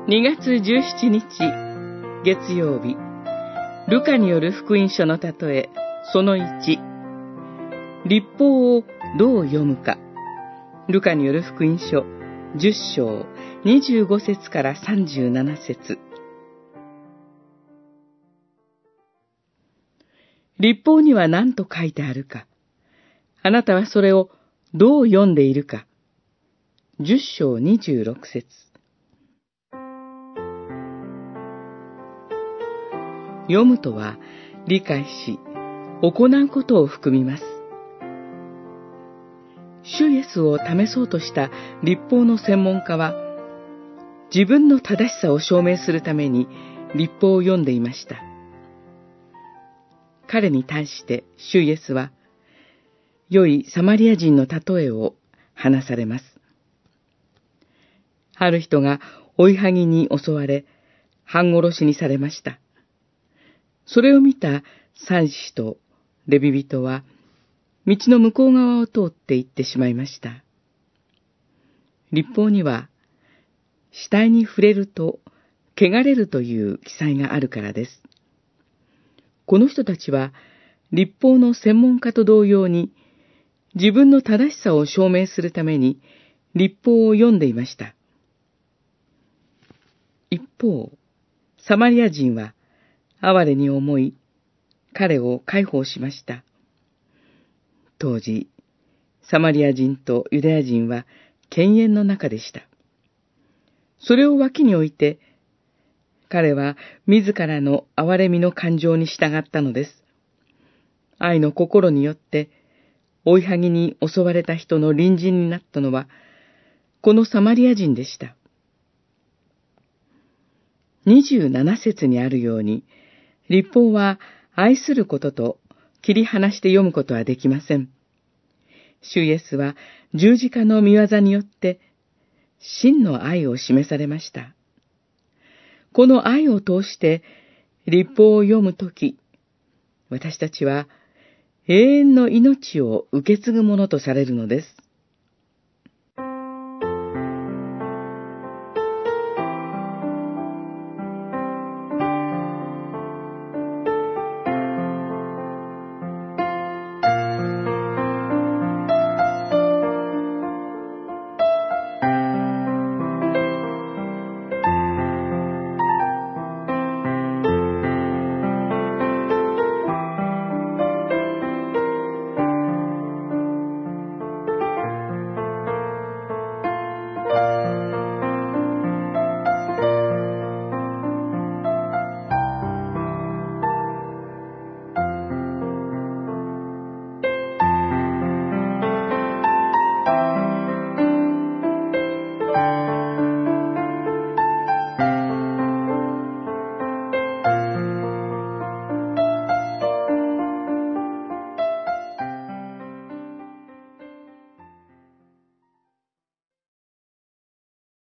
2月17日月曜日、ルカによる福音書の例えその1、律法をどう読むか。ルカによる福音書10章25節から37節。律法には何と書いてあるか。あなたはそれをどう読んでいるか。10章26節。読むとは理解し、行うことを含みます。主イエスを試そうとした律法の専門家は、自分の正しさを証明するために律法を読んでいました。彼に対して主イエスは、良いサマリア人の例えを話されます。ある人が追いはぎに襲われ、半殺しにされました。それを見た祭司とレビ人は、道の向こう側を通って行ってしまいました。律法には、死体に触れると汚れるという記載があるからです。この人たちは、律法の専門家と同様に、自分の正しさを証明するために、律法を読んでいました。一方、サマリア人は、哀れに思い、彼を解放しました。当時、サマリア人とユダヤ人は犬猿の中でした。それを脇に置いて、彼は自らの哀れみの感情に従ったのです。愛の心によって、追いはぎに襲われた人の隣人になったのは、このサマリア人でした。27節にあるように、律法は愛することと切り離して読むことはできません。主イエスは十字架の御業によって真の愛を示されました。この愛を通して律法を読むとき、私たちは永遠の命を受け継ぐものとされるのです。